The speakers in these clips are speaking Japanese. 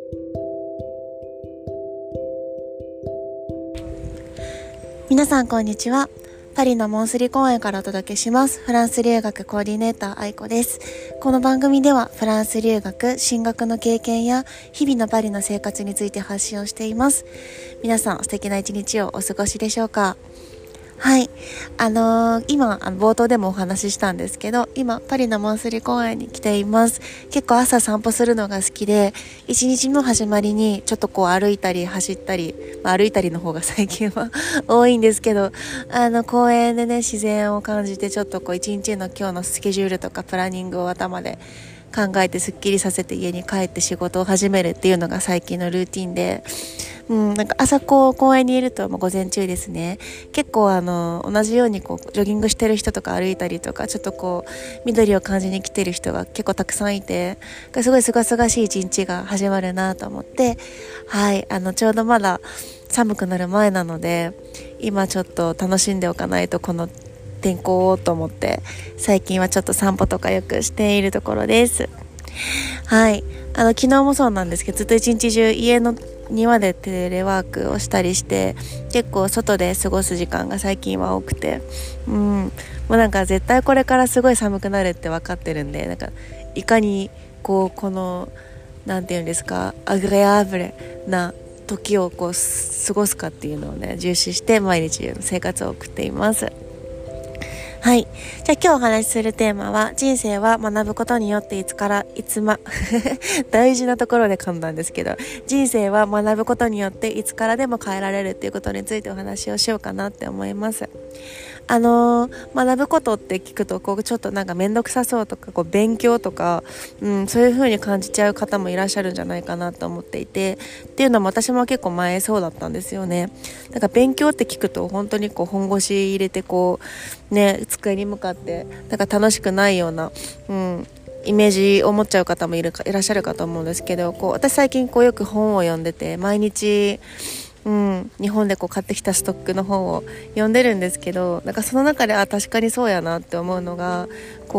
皆さんこんにちは。パリのモンスリ公園からお届けします。フランス留学コーディネーター愛子です。この番組ではフランス留学、進学の経験や日々のパリの生活について発信をしています。皆さん素敵な一日をお過ごしでしょうか？はい。今、冒頭でもお話ししたんですけど、今、パリのモンスリ公園に来ています。結構朝散歩するのが好きで、一日の始まりにちょっと歩いたり走ったり、歩いたりの方が最近は多いんですけど、公園でね、自然を感じて、ちょっと一日の今日のスケジュールとかプランニングを頭で考えてスッキリさせて家に帰って仕事を始めるっていうのが最近のルーティンで、なんか朝公園にいると午前中ですね。結構同じようにジョギングしてる人とか歩いたりとか、ちょっと緑を感じに来てる人が結構たくさんいて、すごいすがすがしい一日が始まるなと思って、はい、ちょうどまだ寒くなる前なので、今ちょっと楽しんでおかないとこの天候をと思って、最近はちょっと散歩とかよくしているところです。はい。昨日もそうなんですけど、ずっと一日中家の庭でテレワークをしたりして、結構外で過ごす時間が最近は多くて、もうなんか絶対これからすごい寒くなるって分かってるんで、なんかいかにこのなんていうんですか、アグレアブレな時を過ごすかっていうのをね、重視して毎日生活を送っています。はい。じゃあ今日お話しするテーマは、人生は学ぶことによって大事なところで噛んだんですけど、人生は学ぶことによっていつからでも変えられるっていうことについてお話をしようかなって思います。学ぶことって聞くとちょっとなんかめんどくさそうとか勉強とか、そういう風に感じちゃう方もいらっしゃるんじゃないかなと思っていて、っていうのも私も結構前そうだったんですよね。なんか勉強って聞くと本当に本腰入れてね、机に向かってなんか楽しくないような、イメージを持っちゃう方もいらっしゃるかと思うんですけど、私最近よく本を読んでて、毎日日本で買ってきたストックの本を読んでるんですけど、なんかその中で確かにそうやなって思うのが、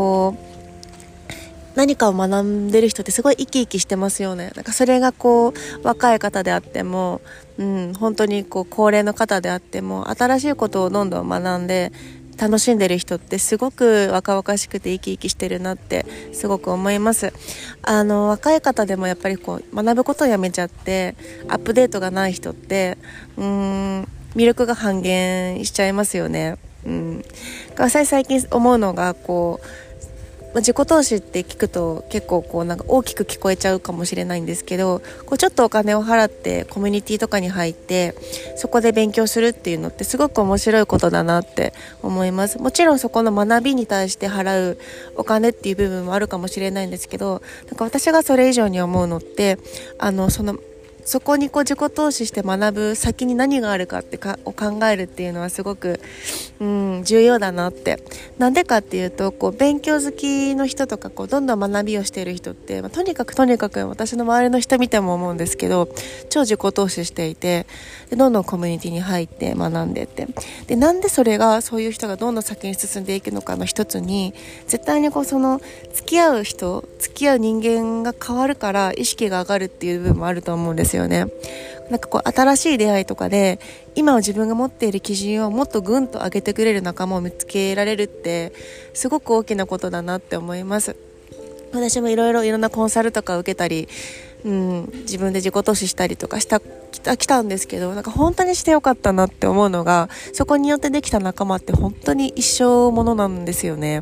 何かを学んでる人ってすごい生き生きしてますよね。なんかそれが若い方であっても、本当に高齢の方であっても、新しいことをどんどん学んで楽しんでる人ってすごく若々しくて生き生きしてるなってすごく思います。若い方でもやっぱり学ぶことをやめちゃってアップデートがない人って魅力が半減しちゃいますよね。私最近思うのが自己投資って聞くと結構なんか大きく聞こえちゃうかもしれないんですけど、ちょっとお金を払ってコミュニティとかに入ってそこで勉強するっていうのってすごく面白いことだなって思います。もちろんそこの学びに対して払うお金っていう部分もあるかもしれないんですけど、なんか私がそれ以上に思うのってそこに自己投資して学ぶ先に何があるかを考えるっていうのはすごく、重要だなって。なんでかっていうと勉強好きの人とかどんどん学びをしている人って、とにかく私の周りの人見ても思うんですけど、超自己投資していて、でどんどんコミュニティに入って学んでって、でなんでそういう人がどんどん先に進んでいくのかの一つに、絶対に付き合う人間が変わるから意識が上がるっていう部分もあると思うんですよね。なんか新しい出会いとかで今は自分が持っている基準をもっとぐんと上げてくれる仲間を見つけられるってすごく大きなことだなって思います。私もいろんなコンサルとか受けたり、自分で自己投資したりとか来たんですけど、なんか本当にしてよかったなって思うのが、そこによってできた仲間って本当に一生ものなんですよね。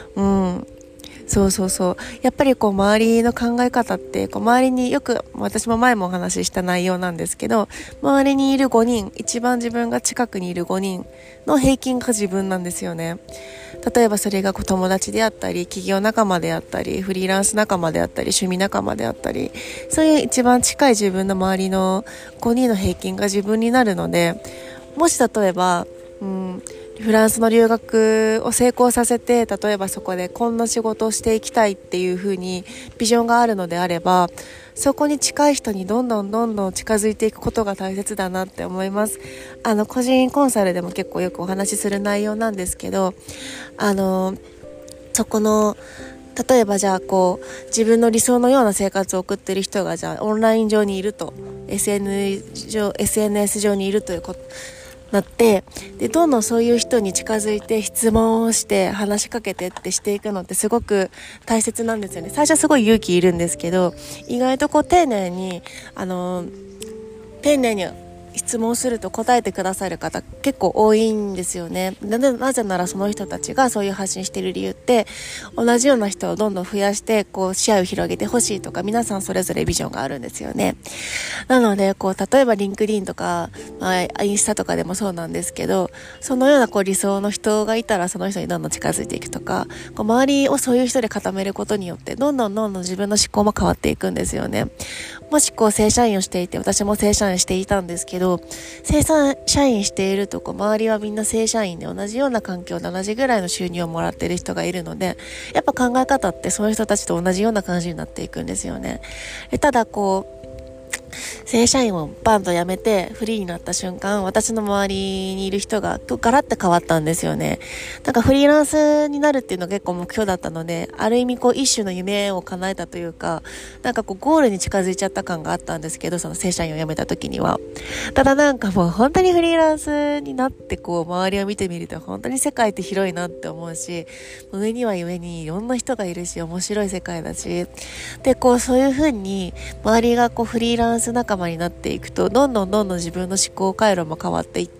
そうやっぱり周りの考え方って周りによく、私も前もお話しした内容なんですけど、周りにいる5人、一番自分が近くにいる5人の平均が自分なんですよね。例えばそれが友達であったり、企業仲間であったり、フリーランス仲間であったり、趣味仲間であったり、そういう一番近い自分の周りの5人の平均が自分になるので、もし例えばフランスの留学を成功させて、例えばそこでこんな仕事をしていきたいっていう風にビジョンがあるのであれば、そこに近い人にどんどん近づいていくことが大切だなって思います。個人コンサルでも結構よくお話しする内容なんですけど、そこの例えばじゃあ自分の理想のような生活を送っている人がじゃあオンライン上にいると SNS 上にいるということなって、でどんどんそういう人に近づいて質問をして話しかけてってしていくのってすごく大切なんですよね。最初はすごい勇気いるんですけど、意外と丁寧に質問すると答えてくださる方結構多いんですよね。なぜならその人たちがそういう発信している理由って、同じような人をどんどん増やして視野を広げてほしいとか、皆さんそれぞれビジョンがあるんですよね。なので例えばリンクディーンとか、インスタとかでもそうなんですけど、そのような理想の人がいたらその人にどんどん近づいていくとか、周りをそういう人で固めることによってどんどん自分の思考も変わっていくんですよね。もし正社員をしていて、私も正社員していたんですけど、正社員していると周りはみんな正社員で同じような環境で同じぐらいの収入をもらっている人がいるので、やっぱ考え方ってその人たちと同じような感じになっていくんですよね。ただ正社員をバンと辞めてフリーになった瞬間、私の周りにいる人がガラッて変わったんですよね。フリーランスになるっていうのが結構目標だったので、ある意味一種の夢を叶えたというか、ゴールに近づいちゃった感があったんですけど、その正社員を辞めた時には。ただもう本当にフリーランスになって周りを見てみると本当に世界って広いなって思うし、上には上にいろんな人がいるし、面白い世界だし、でそういう風に周りがフリーランス仲間になっていくと、どんどん自分の思考回路も変わっていって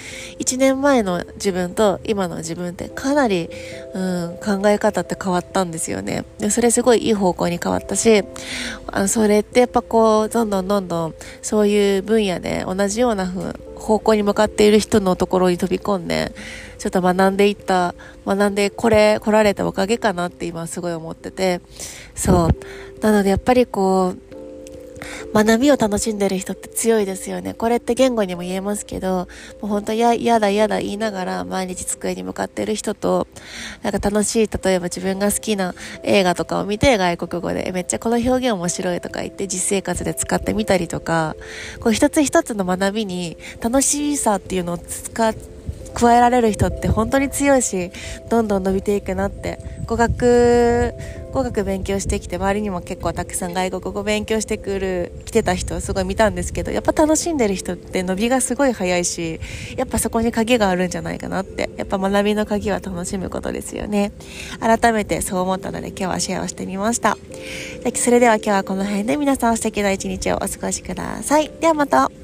、1年前の自分と今の自分ってかなり、考え方って変わったんですよね。でそれすごいいい方向に変わったし、それってやっぱどんどんそういう分野で同じような方向に向かっている人のところに飛び込んで、ちょっと学んで来られたおかげかなって今すごい思ってて、なのでやっぱり学びを楽しんでる人って強いですよね。これって言語にも言えますけど、もう本当嫌だ言いながら毎日机に向かってる人と、楽しい、例えば自分が好きな映画とかを見て外国語でめっちゃこの表現面白いとか言って実生活で使ってみたりとか、一つ一つの学びに楽しさっていうのを加えられる人って本当に強いし、どんどん伸びていくなって。語学勉強してきて、周りにも結構たくさん外国語勉強して来てた人すごい見たんですけど、やっぱ楽しんでる人って伸びがすごい早いし、やっぱそこに鍵があるんじゃないかなって。やっぱ学びの鍵は楽しむことですよね。改めてそう思ったので今日はシェアをしてみました。それでは今日はこの辺で、皆さん素敵な一日をお過ごしください。ではまた。